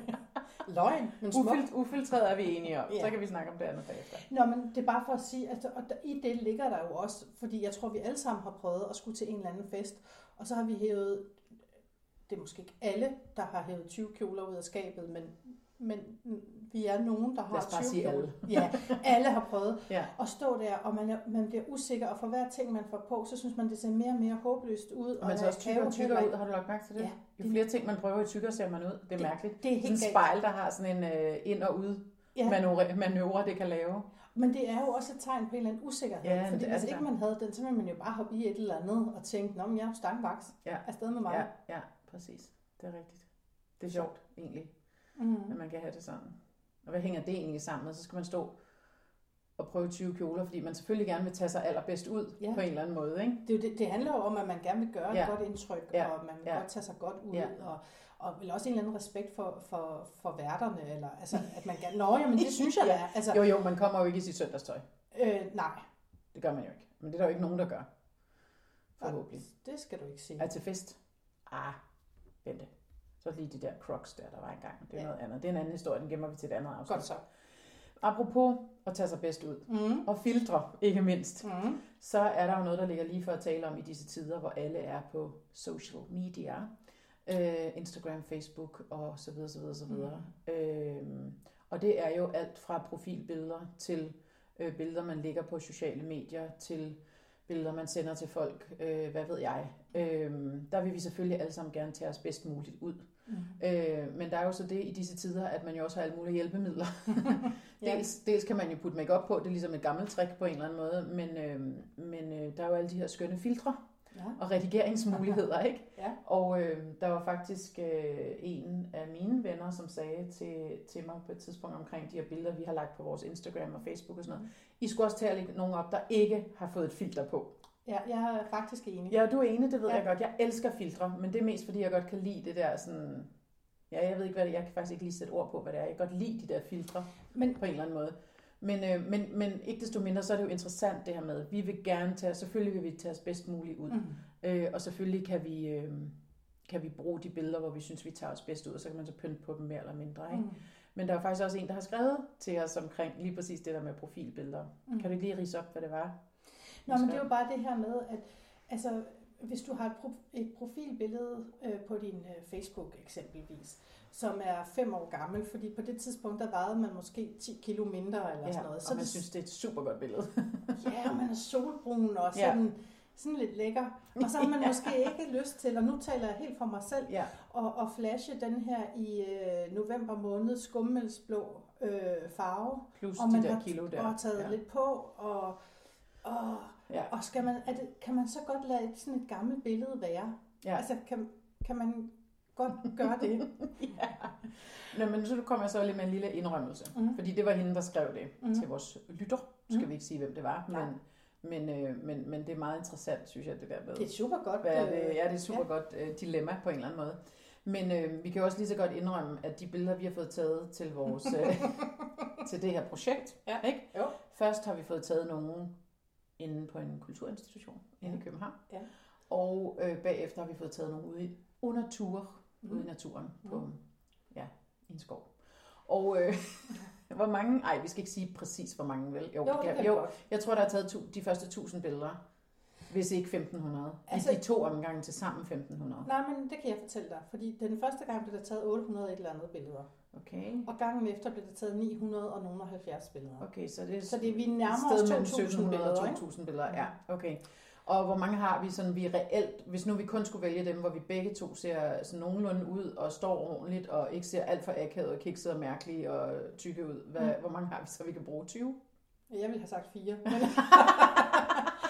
Løgn, men smukt. Ufilt, ufiltreret er vi enige om. Ja. Så kan vi snakke om det andet bagefter. Nå, men det er bare for at sige, at og der, i det ligger der jo også, fordi jeg tror, vi alle sammen har prøvet at skulle til en eller anden fest, og så har vi hævet, det er måske ikke alle, der har hævet tyve kjoler ud af skabet, men, men vi er nogen, der Lad os har bare tyve sige kjoler. alle. Ja, alle har prøvet Ja. at stå der, og man, er, man bliver usikker, og for hver ting, man får på, så synes man, det ser mere og mere håbløst ud. Og man ser også tykkere og tykkere ud, har du lagt mærke til det? Ja, Jo flere ting man prøver, jo tykkere ser man ud. Det er det, mærkeligt. Det er Sådan helt en galt. spejl, der har sådan en øh, ind- og ud Ja. manøvre, manøvre, det kan lave. Men det er jo også et tegn på en eller anden usikkerhed, Ja, fordi det er hvis det ikke da. man havde den, så ville man jo bare hoppe i et eller andet og tænke, nå, men jeg er jo stangvaks, Ja. afsted med mig. Ja, ja, præcis. Det er rigtigt. Det er sjovt, egentlig, Mm. at man kan have det sådan. Og hvad hænger det egentlig sammen med? Så skal man stå og prøve tyve kjoler, fordi man selvfølgelig gerne vil tage sig allerbedst ud Ja. på en eller anden måde, ikke? Det, er jo det, det handler jo om, at man gerne vil gøre Ja. et godt indtryk, Ja. og man vil Ja. godt tage sig godt ud, Ja. og, og vel også en eller anden respekt for, for, for værterne, eller altså, at man gerne... Nå, jamen det synes jeg, Ja. der er. Altså, Jo, jo, man kommer jo ikke i sit søndagstøj. øh, nej, Det gør man jo ikke. Men det er der jo ikke nogen, der gør. Forhåbentlig. det skal du ikke sige. Er til fest? Ah, vente. Så lige de der crocs der, der var engang. Det er Ja. noget andet. Det er en anden historie, den gemmer vi til et andet afsnit. Godt så. Apropos at tage sig bedst ud. Mm. Og filtre, ikke mindst. Mm. Så er der jo noget, der ligger lige for at tale om i disse tider, hvor alle er på social media. Øh, Instagram, Facebook og så videre, så videre, så videre. Mm. Øh, og det er jo alt fra profilbilleder til øh, billeder, man lægger på sociale medier, til billeder, man sender til folk, øh, hvad ved jeg. Øh, der vil vi selvfølgelig alle sammen gerne tage os bedst muligt ud. Mm. Øh, men der er jo så det i disse tider, at man jo også har alle mulige hjælpemidler. Ja. dels, dels kan man jo putte makeup på, det er ligesom et gammelt trick på en eller anden måde, men, øh, men øh, der er jo alle de her skønne filtre Ja. og redigeringsmuligheder, ikke? Ja. Og øh, der var faktisk øh, en af mine venner, som sagde til, til mig på et tidspunkt omkring de her billeder, vi har lagt på vores Instagram og Facebook og sådan noget. I skulle også til at lægge nogen op, der ikke har fået et filter på. Ja, jeg er faktisk enig. Ja, du er enig, det ved Ja. jeg godt. Jeg elsker filtre, men det er mest fordi, jeg godt kan lide det der sådan... Ja, jeg ved ikke, hvad det er. Jeg kan faktisk ikke lige sætte ord på, hvad det er. Jeg kan godt lide de der filtre Men på en eller anden måde. Men, øh, men, men ikke desto mindre, så er det jo interessant det her med, vi vil gerne tage, selvfølgelig vil vi tage os bedst muligt ud. Mm. Øh, og selvfølgelig kan vi, øh, kan vi bruge de billeder, hvor vi synes, vi tager os bedst ud, og så kan man så pynte på dem mere eller mindre. Ikke? Mm. Men der er jo faktisk også en, der har skrevet til os omkring lige præcis det der med profilbilleder. Mm. Kan du ikke lige ridse op, hvad det var? Nå, men det er jo bare det her med, at altså, hvis du har et, pro- et profilbillede øh, på din øh, Facebook eksempelvis, som er fem år gammel, fordi på det tidspunkt, der vejede man måske ti kilo mindre eller Ja, sådan noget. og Så man det, synes, det er et super godt billede. ja, og man er solbrun og Ja. sådan, sådan lidt lækker. Og så har man måske ikke lyst til, og nu taler jeg helt for mig selv, Ja, og, og flashe den her i øh, november måned skummelsblå øh, farve. plus Og de man der har, kilo der. og har taget ja. lidt på, og, og, Ja. og skal man, er det, kan man så godt lade et, sådan et gammelt billede være? Ja. Altså, kan, kan man godt gøre det? Ja. Nå, men så kommer jeg så lige med en lille indrømmelse. Mm. Fordi det var hende, der skrev det Mm. til vores lytter. Skal Mm. vi ikke sige, hvem det var. Nej. Men, men, øh, men, men det er meget interessant, synes jeg, det der med. Det er super godt. Hvad er det? øh, Ja, det er et super ja. godt øh, dilemma på en eller anden måde. Men øh, vi kan jo også lige så godt indrømme, at de billeder, vi har fået taget til vores øh, til det her projekt, Ja. ikke? Jo. Først har vi fået taget nogen inde på en kulturinstitution inde Ja. i København. Ja. Og øh, bagefter har vi fået taget nogle ude i under tur, Mm. ude i naturen på Mm. ja, i en skov. Og øh, hvor mange, ej, vi skal ikke sige præcis hvor mange, vel? Jo, Jo, det kan, kan jo vi godt. jeg tror, der er taget to, de første tusind billeder, hvis ikke femten hundrede. Altså, Altså- I de to omgange til sammen femten hundrede. Nej, men det kan jeg fortælle dig, fordi den første gang blev der taget otte hundrede et eller andet billeder, Okay. og gangen efter blev der taget ni hundrede og nogle og halvfjerds billeder. Okay, så det er Så det er vi et nærmer sted os mellem to tusind sytten hundrede billeder, og ikke? to tusind billeder. Ja, okay. Og hvor mange har vi sådan, vi reelt, hvis nu vi kun skulle vælge dem, hvor vi begge to ser sådan nogenlunde ud og står ordentligt, og ikke ser alt for akavet og kikset og mærkelige og tykke ud, hvad, Mm. hvor mange har vi så, vi kan bruge? tyve? Jeg ville have sagt fire. Men,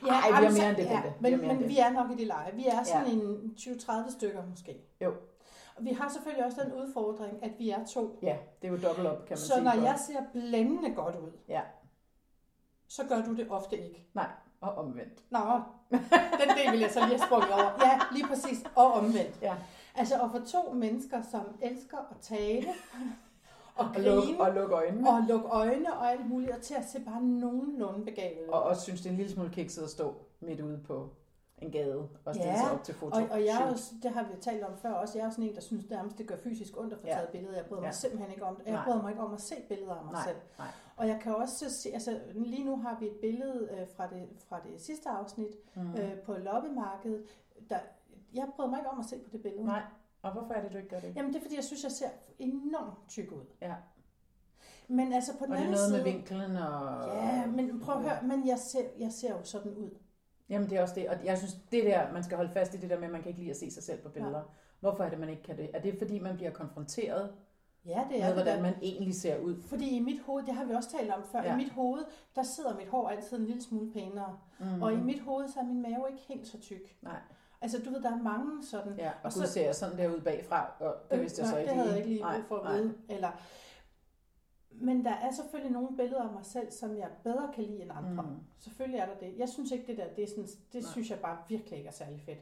Ja, Ej, vi er altså, mere end det, ja, Bente. men, Vi er mere end men det. vi er nok i det leje. Vi er sådan Ja. en tyve til tredive stykker måske. Jo. Og vi har selvfølgelig også den udfordring, at vi er to. Ja, det er jo dobbelt op, kan man så sige. når for- jeg ser blændende godt ud, Ja, så gør du det ofte ikke. nej, og omvendt. Nå, den del vil jeg så lige have sprunget over. Ja, lige præcis. Og omvendt. Ja. Altså, og for to mennesker, som elsker at tale og Og lukke grine og luk øjnene. og lukke øjne og alt muligt, og til at se bare nogenlunde begavet ud. Og også synes, det er en lille smule kikset at stå midt ude på en gade og stille Ja, sig op til foto. Og, og jeg er jo, det har vi talt om før også, jeg er jo sådan en, der synes nærmest, det gør fysisk ondt at få Ja. taget billeder. Jeg bryder mig Ja. simpelthen ikke om det. Jeg Nej. bryder mig ikke om at se billeder af mig Nej, selv. nej. Og jeg kan også se, altså lige nu har vi et billede øh, fra, det, fra det sidste afsnit Mm. øh, på loppemarkedet. Der, jeg bryder mig ikke om at se på det billede. Nej, og hvorfor er det, du ikke gør det? Jamen det er, fordi jeg synes, jeg ser enormt tyk ud. Ja. Men altså på den Og det er anden noget side... med vinklen og... Ja, men prøv at høre, men jeg ser, jeg ser jo sådan ud. Jamen det er også det, og jeg synes, det der, man skal holde fast i det der med, at man kan ikke lide at se sig selv på billeder. Ja. Hvorfor er det, man ikke kan det? Er det, fordi man bliver konfronteret Ja, det er med, det hvordan da. man egentlig ser ud? Fordi i mit hoved, det har vi også talt om før, Ja. i mit hoved, der sidder mit hår altid en lille smule pænere. Mm. Og i mit hoved, så er min mave ikke helt så tyk. Nej. Altså, du ved, der er mange sådan... Ja, og, Og og så- så ser jeg sådan der ud bagfra, og det vidste jeg så nej, ikke det havde jeg ikke lige Nej, brug for at nej. vide. Eller... Men der er selvfølgelig nogle billeder af mig selv, som jeg bedre kan lide end andre. Mm. Selvfølgelig er der det. Jeg synes ikke, det der, det, er sådan, det Nej. synes jeg bare virkelig ikke er særlig fedt.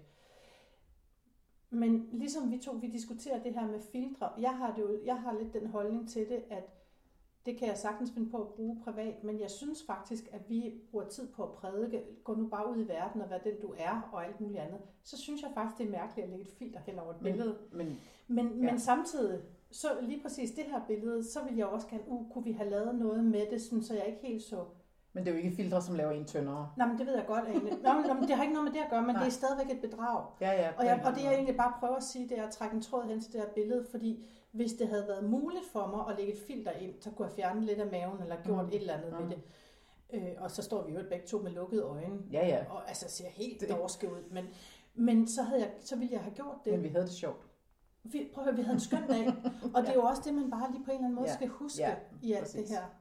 Men ligesom vi to, vi diskuterer det her med filtre. Jeg har, det jo, jeg har lidt den holdning til det, at det kan jeg sagtens finde på at bruge privat, men jeg synes faktisk, at vi bruger tid på at prædike. Gå nu bare ud i verden og vær den du er, og alt muligt andet. Så synes jeg faktisk, det er mærkeligt at lægge et filter hen over et Men, billede. men Men, Ja. men samtidig, så lige præcis det her billede, så vil jeg også gerne, uh, kunne vi have lavet noget med det, sådan, så jeg ikke helt så... Men det er jo ikke filtre, som laver en tyndere. Nej, men det ved jeg godt, Ane. Nå, men, nå, men det har ikke noget med det at gøre, men Nej. det er stadigvæk et bedrag. Ja, ja. Og, jeg, og det jeg egentlig bare prøver at sige, det er at trække en tråd hen til det her billede, fordi hvis det havde været muligt for mig at lægge et filter ind, så kunne jeg fjerne lidt af maven, eller gjort Mm. et eller andet Mm. med det. Øh, og så står vi jo begge to med lukkede øjne, Ja, ja. og altså ser helt Det- dårske ud. Men, men så, havde jeg, så ville jeg have gjort det. Men vi havde det sjovt. Vi, prøv at høre, vi havde en skøn dag, og det er jo også det, man bare lige på en eller anden måde Ja. skal huske Ja, i alt præcis. det her.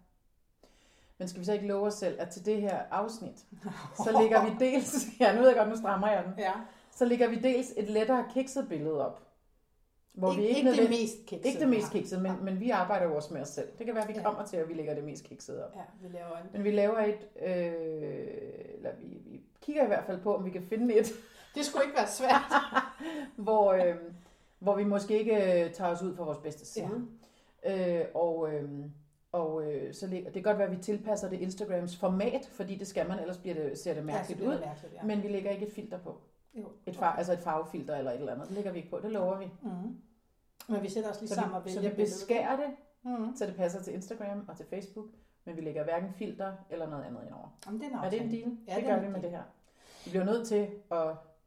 Men skal vi så ikke love os selv, at til det her afsnit, så lægger vi dels... Ja, nu ved jeg godt, nu strammer jeg den. Ja. Så lægger vi dels et lettere kikset billede op. Hvor Ikke, vi ikke, ikke det nødvendigt- mest kiksede. Ikke det mest kiksede, men, men vi arbejder jo også med os selv. Det kan være, at vi Ja. kommer til, at vi lægger det mest kiksede op. Ja, vi laver en. Men vi laver et... Øh, eller vi, vi kigger i hvert fald på, om vi kan finde et, Det skulle ikke være svært. hvor, øh, hvor vi måske ikke øh, tager os ud for vores bedste side. Ja. Øh, og øh, og øh, så lægger, det kan godt være, at vi tilpasser det Instagrams format, fordi det skal man, ellers bliver det, ser det Ja, så mærkeligt bliver ud. det mærkeligt, ja. Men vi lægger ikke et filter på. Jo. Et far, altså et farvefilter eller et eller andet. Det lægger vi ikke på. Det lover vi. Mm-hmm. Men vi sætter os lige Så sammen og vi, så vælger vi beskærer det, Mm-hmm. så det passer til Instagram og til Facebook, men vi lægger hverken filter eller noget andet indover. Jamen, det er, en Er det en aftale. deal? Ja, det det er gør en vi med deal. det her. Vi bliver nødt til at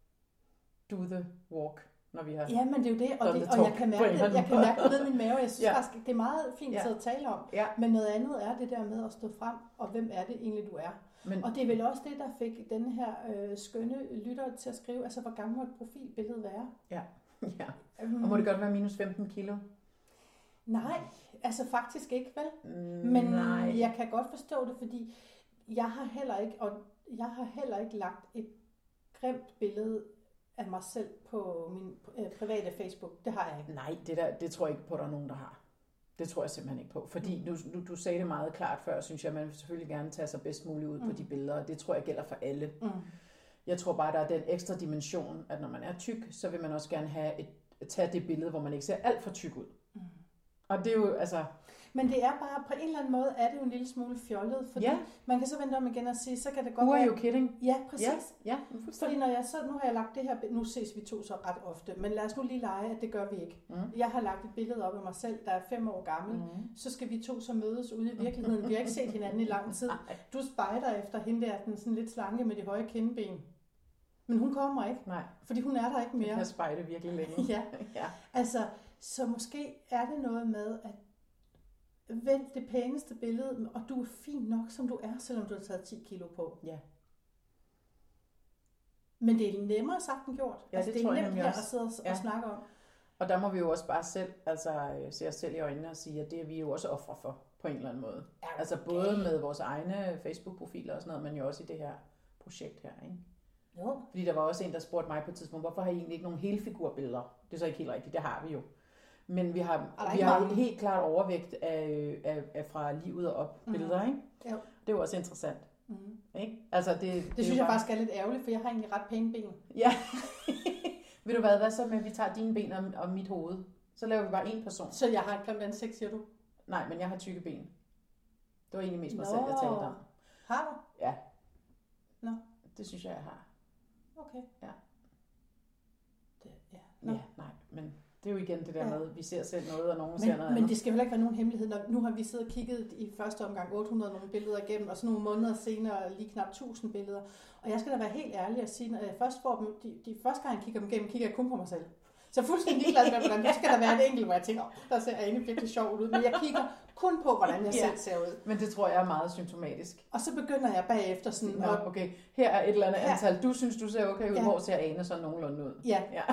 do the walk, når vi har... Ja, men det er jo det, og, Done det, the og jeg talk kan på mærke en det, eller anden jeg kan måde. mærke det ned i min mave. Jeg synes Ja. faktisk, det er meget fint Ja. at tale om. Ja, Men noget andet er det der med at stå frem, og hvem er det egentlig, du er? men Og det er vel også det, der fik den her øh, skønne lytter til at skrive, altså hvor gammel må et profilbillede være? ja. Um, Og må det godt være minus femten kilo? Nej, altså faktisk ikke, vel? Mm, Men nej. jeg kan godt forstå det, fordi jeg har heller ikke, og jeg har heller ikke lagt et grimt billede af mig selv på min øh, private Facebook. Det har jeg ikke. Nej, det, der, det tror jeg ikke på, der er nogen, der har. Det tror jeg simpelthen ikke på. Fordi Mm. du, du, du sagde det meget klart før, synes jeg, man vil selvfølgelig gerne tage sig bedst muligt ud mm. på Mm. de billeder, og det tror jeg gælder for alle. Mm. Jeg tror bare, der er den ekstra dimension, at når man er tyk, så vil man også gerne have et, tage det billede, hvor man ikke ser alt for tyk ud. Mm. Og det er jo, altså... Men det er bare, på en eller anden måde, er det jo en lille smule fjollet, fordi Ja. man kan så vende om igen og sige, så kan det godt Who are være... you kidding? Ja, præcis. Ja, ja, Fordi fuldstændig. når jeg så, nu har jeg lagt det her, nu ses vi to så ret ofte, men lad os nu lige lege, at det gør vi ikke. Mm. Jeg har lagt et billede op af mig selv, der er fem år gammel, Mm. så skal vi to så mødes ude i virkeligheden. Vi har ikke set hinanden i lang tid. Du spejder efter hende der, den sådan lidt slanke med de høje kindben. Men hun kommer ikke, Nej, fordi hun er der ikke jeg mere. kan spejde virkelig længe. Ja, ja. altså, så måske er det noget med, at vælg det pæneste billede, og du er fin nok, som du er, selvom du har taget ti kilo på. Ja. Men det er nemmere sagt end gjort. Ja, altså, det det tror er jeg nemt nemlig her også. at sidde og, Ja. og snakke om. Og der må vi jo også bare selv, altså øh, se os selv i øjnene og sige, at det er vi jo også ofre for, på en eller anden måde. Ja, Altså både med vores egne Facebook-profiler og sådan noget, men jo også i det her projekt her, ikke? Jo. Fordi der var også en, der spurgte mig på et tidspunkt, hvorfor har I egentlig ikke nogen helfigurbilleder? Det er så ikke helt rigtigt, det har vi jo. Men vi har, vi har helt klart overvægt af, af, af fra livet og op billeder, mm. ikke? Jo. Det er jo også interessant. Mm. Ikke? Altså det, det, det synes jeg bare... faktisk er lidt ærgerligt, for jeg har egentlig ret pæne ben. Ja. Ved du hvad, hvad så med, at vi tager dine ben og, og mit hoved? Så laver vi bare en person. Så jeg har et grimt ansigt, siger du? Nej, men jeg har tykke ben. Det var egentlig mest mig selv, jeg talte om. Har du? Ja. Nå. Det synes jeg, jeg har. Okay. Ja. Det, ja. Nå. Ja, nej, men det er jo igen det der ja. med, vi ser selv noget, og nogen men, ser noget Men andet. det skal jo heller ikke være nogen hemmelighed. Når, nu har vi siddet og kigget i første omgang otte hundrede nogle billeder igennem, og så nogle måneder senere lige knap tusind billeder. Og jeg skal da være helt ærlig og sige, når jeg først får dem, de, de første gang jeg kigger dem igennem, kigger jeg kun på mig selv. Så jeg er fuldstændig ligeglad med, hvordan det skal der være et enkelt, hvor jeg tænker, oh, der ser Ane virkelig sjovt ud. Men jeg kigger kun på, hvordan jeg ja. selv ser ud. Men det tror jeg er meget symptomatisk. Og så begynder jeg bagefter sådan... Nå, okay, her er et eller andet her. antal. Du synes, du ser okay ud. Ja. Hvor ser Ane så nogenlunde ud? Ja, ja.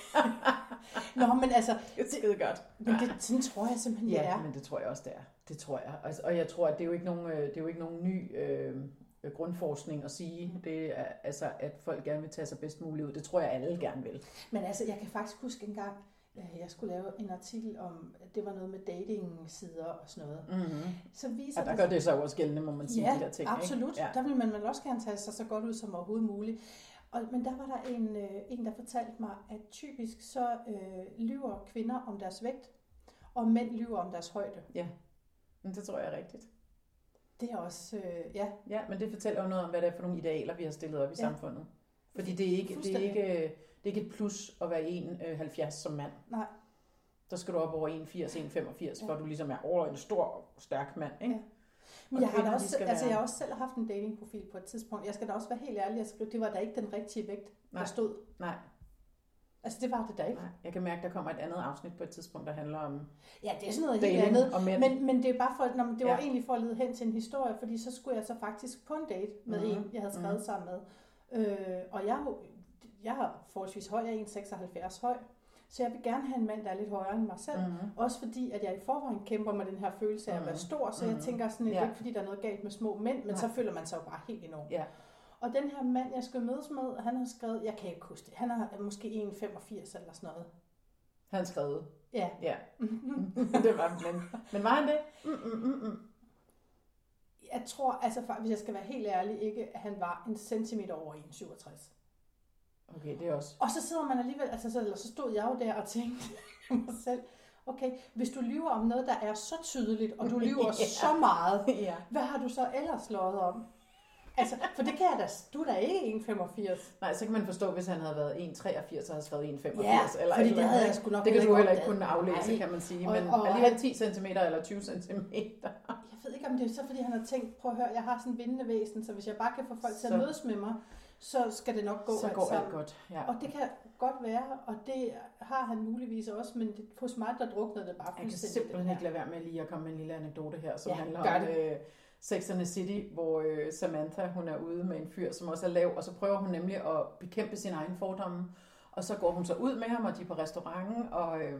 Nå, men altså... Det er skide godt. Men det, sådan tror jeg simpelthen, ja, det er. men det tror jeg også, det er. Det tror jeg. Altså, og jeg tror, at det er jo ikke nogen, det er jo ikke nogen ny øh, grundforskning at sige, det er, altså, at folk gerne vil tage sig bedst muligt ud. Det tror jeg, alle gerne vil. Men altså, jeg kan faktisk huske en gang, jeg skulle lave en artikel om, det var noget med dating-sider og sådan noget. Mm-hmm. Så viser ja, der gør det så også gældende, må man sige, ja, de der ting. Absolut. Ikke? Ja, der vil man, man også gerne tage sig så godt ud som overhovedet muligt. Og, men der var der en, øh, en, der fortalte mig, at typisk så øh, lyver kvinder om deres vægt, og mænd lyver om deres højde. Ja, men det tror jeg er rigtigt. Det er også, øh, ja. Ja, men det fortæller jo noget om, hvad det er for nogle idealer, vi har stillet op i ja. samfundet. Fordi det er ikke, det er ikke, det er ikke et plus at være en komma halvfjerds som mand. Nej. Der skal du op over en komma firs, en komma femogfirs, ja. for du ligesom er over en stor, stærk mand, ikke? Ja. Men jeg har også, altså jeg har også selv haft en datingprofil på et tidspunkt. Jeg skal da også være helt ærlig at skrive, det var da ikke den rigtige vægt, Nej. der stod. Nej. Altså det var det da ikke. Nej. Jeg kan mærke, der kommer et andet afsnit på et tidspunkt, der handler om ja, det er sådan noget helt andet. Men, men det er bare for, når, det var ja. egentlig for at lede hen til en historie, fordi så skulle jeg så faktisk på en date med mm-hmm. en, jeg havde skrevet mm-hmm. sammen med. Øh, og jeg, jeg har forholdsvis høj, jeg er en komma seksoghalvfjerds høj. Så jeg vil gerne have en mand, der er lidt højere end mig selv. Mm-hmm. Også fordi, at jeg i forvejen kæmper med den her følelse af at være stor. Så mm-hmm. jeg tænker sådan, at det er ikke fordi, der er noget galt med små mænd, men Nej. så føler man sig jo bare helt enormt. Yeah. Og den her mand, jeg skulle mødes med, han har skrevet, jeg kan ikke huske det, han er måske en komma femogfirs eller sådan noget. Han har skrevet? Ja. Ja. det var, men, men var han det? Mm-mm-mm. Jeg tror, altså hvis jeg skal være helt ærlig, ikke, at han var en centimeter over en komma syvogtres. Okay, det er også. Og så sidder man alligevel, altså så, eller så stod jeg jo der og tænkte mig selv, okay, hvis du lyver om noget, der er så tydeligt, og du lyver yeah. så meget, yeah. hvad har du så ellers løjet om? Altså, for det kan jeg da, du er da ikke en komma femogfirs. Nej, så kan man forstå, hvis han havde været en komma treogfirs og havde skrevet en komma femogfirs. Ja, eller fordi eller det havde jeg sgu nok det kan du heller ikke opdaget. kunne aflæse, Nej. kan man sige. Men og, og, alligevel ti centimeter eller tyve centimeter. Jeg ved ikke, om det er så, fordi han har tænkt, prøv at høre, jeg har sådan en vindende væsen, så hvis jeg bare kan få folk til så, at mødes med mig, så skal det nok gå så alt går sammen. alt godt, ja. Og det kan godt være, og det har han muligvis også, men det, hos mig, der druknede det bare fuldstændig. Jeg kan simpelthen ikke lade være med lige at komme med en lille anekdote her, som ja, handler om øh, Sex and the City, hvor øh, Samantha, hun er ude med en fyr, som også er lav, og så prøver hun nemlig at bekæmpe sin egen fordomme, og så går hun så ud med ham, og de er på restauranten, og øh,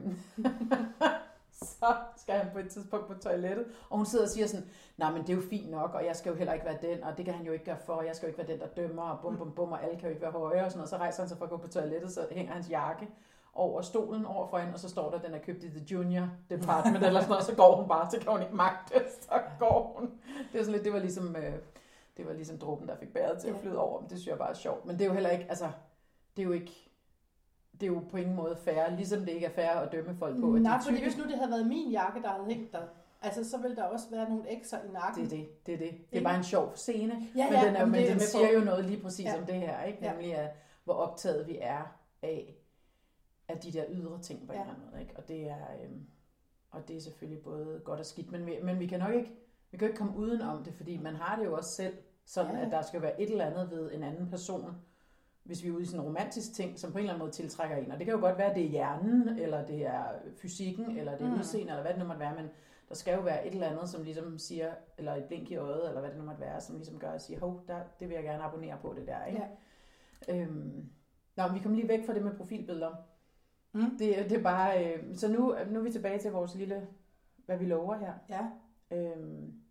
så skal han på et tidspunkt på toilettet, og hun sidder og siger sådan, nej, men det er jo fint nok, og jeg skal jo heller ikke være den, og det kan han jo ikke gøre for, og jeg skal jo ikke være den, der dømmer, og bum, bum, bum, og alle kan jo ikke være højere, og sådan noget. Så rejser han sig for at gå på toilettet, så hænger hans jakke over stolen over for hende, og så står der, den er købt i The Junior Department, eller sådan noget, så går hun bare, så kan hun ikke magte, så går hun. Det, er sådan lidt, det var ligesom, øh, det var ligesom dråben, der fik bæret til at flyde over, men det synes jeg bare er sjovt. Men det er jo heller ikke, altså, det er jo ikke, det er jo på ingen måde fair, ligesom det ikke er fair at dømme folk på. Nej, fordi hvis nu det havde været min jakke, der havde hængt der, altså så ville der også være nogle ekser i nakken. Det er det, det er det. Det er bare en sjov scene, ja, men ja, den, er, men den siger jo noget lige præcis ja. om det her, ikke? Nemlig ja. at, hvor optaget vi er af, af de der ydre ting på en ja. eller anden måde, ikke? Og det er, øhm, og det er selvfølgelig både godt og skidt, men vi, men vi kan nok ikke, vi kan ikke komme uden om det, fordi man har det jo også selv, sådan ja. at der skal være et eller andet ved en anden person, hvis vi er ude i sådan en romantisk ting, som på en eller anden måde tiltrækker en. Og det kan jo godt være, at det er hjernen, eller det er fysikken, eller det er mm. udseende, eller hvad det nu måtte være, men der skal jo være et eller andet, som ligesom siger, eller et blink i øjet, eller hvad det nu måtte være, som ligesom gør at sige, hov, der, det vil jeg gerne abonnere på, det der, ikke? Ja. Øhm, nå, vi kommer lige væk fra det med profilbilleder. Mm. Det, det er bare, øh, så nu, nu er vi tilbage til vores lille, hvad vi lover her. Ja. Øhm,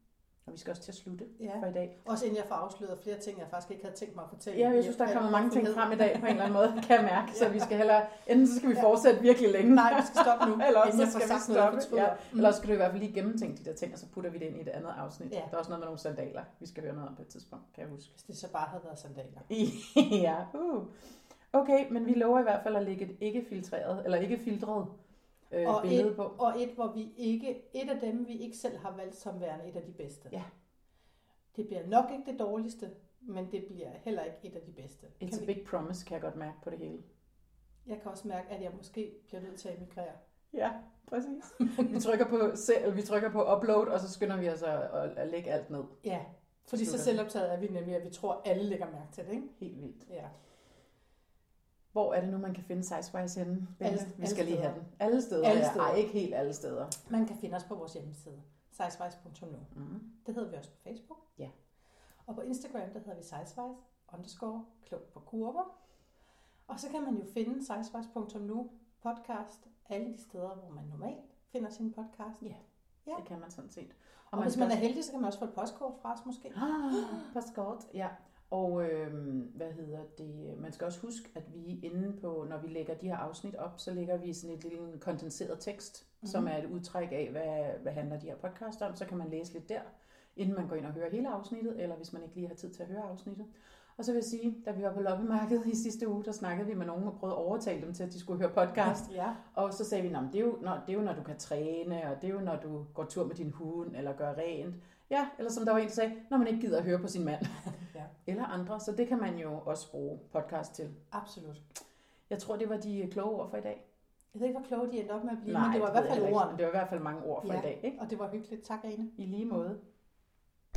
Og vi skal også til at slutte Ja. for i dag. Også inden jeg får afsløret flere ting, jeg faktisk ikke havde tænkt mig at fortælle. Ja, jeg synes, der er kommet mange ting frem i dag på en eller anden måde, kan jeg mærke. Så Ja. vi skal hellere, enten så skal vi fortsætte virkelig længe. Nej, vi skal stoppe nu. Eller også inden jeg så får skal vi sagt noget, jeg stoppe. fortryder. Ja. Mm. Eller også skal du i hvert fald lige gennemtænke de der ting, og så putter vi det ind i et andet afsnit. Ja. Der er også noget med nogle sandaler, vi skal høre noget om på et tidspunkt, kan jeg huske. Hvis det så bare havde været sandaler. Ja, uh. Okay, men vi lover i hvert fald at lægge et ikke filtreret, eller ikke filtreret øh, Og billede et, på. og et, hvor vi ikke, et af dem, vi ikke selv har valgt som værende et af de bedste. Ja. Det bliver nok ikke det dårligste, men det bliver heller ikke et af de bedste. It's Kan a vi, big promise, kan jeg godt mærke på det hele. jeg kan også mærke, at jeg måske bliver nødt til at emigrere. Ja, præcis. vi trykker på selv, vi trykker på upload, og så skynder vi os at, at, at lægge alt ned. Ja, fordi så Slutter. selvoptaget er vi nemlig, at vi tror, at alle lægger mærke til det, ikke? Helt vildt. Ja. Hvor er det nu, man kan finde Sizewise henne? Alle- Vi skal alle lige have steder. den. Alle steder, Alle ja. steder. Ej, ikke helt alle steder. Man kan finde os på vores hjemmeside, sizewise punktum nu. Mm. Det hedder vi også på Facebook. Ja. Og på Instagram, der hedder vi sizewise underscore klog på kurver. Og så kan man jo finde sizewise punktum nu podcast alle de steder, hvor man normalt finder sin podcast. Ja, Ja. det kan man sådan set. Og, og hvis man er heldig, så kan man også få et postkort fra os måske. Ah, postkort, ja. Og øhm, hvad hedder det? Man skal også huske, at vi inde på, når vi lægger de her afsnit op, så lægger vi sådan et lille kondenseret tekst, mm-hmm. som er et udtræk af, hvad, hvad handler de her podcast om. Så kan man læse lidt der, inden man går ind og hører hele afsnittet, eller hvis man ikke lige har tid til at høre afsnittet. Og så vil jeg sige, da vi var på loppemarkedet i sidste uge, der snakkede vi med nogen og prøvede at overtale dem til, at de skulle høre podcast. Ja. Og så sagde vi, at det, er jo, når, det er jo, når du kan træne, og det er jo, når du går tur med din hund, eller gør rent. Ja, eller som der var en, der sagde, når man ikke gider at høre på sin mand. Ja. Eller andre, så det kan man jo også bruge podcast til. Absolut. Jeg tror, det var de kloge ord for i dag. Jeg ved ikke, hvor kloge de endte op med at blive, Nej, men det var i ved hvert jeg fald heller ikke, ordene. men det var i hvert fald mange ord for Ja. i dag, ikke? Og det var hyggeligt. Tak, Ane. I lige måde.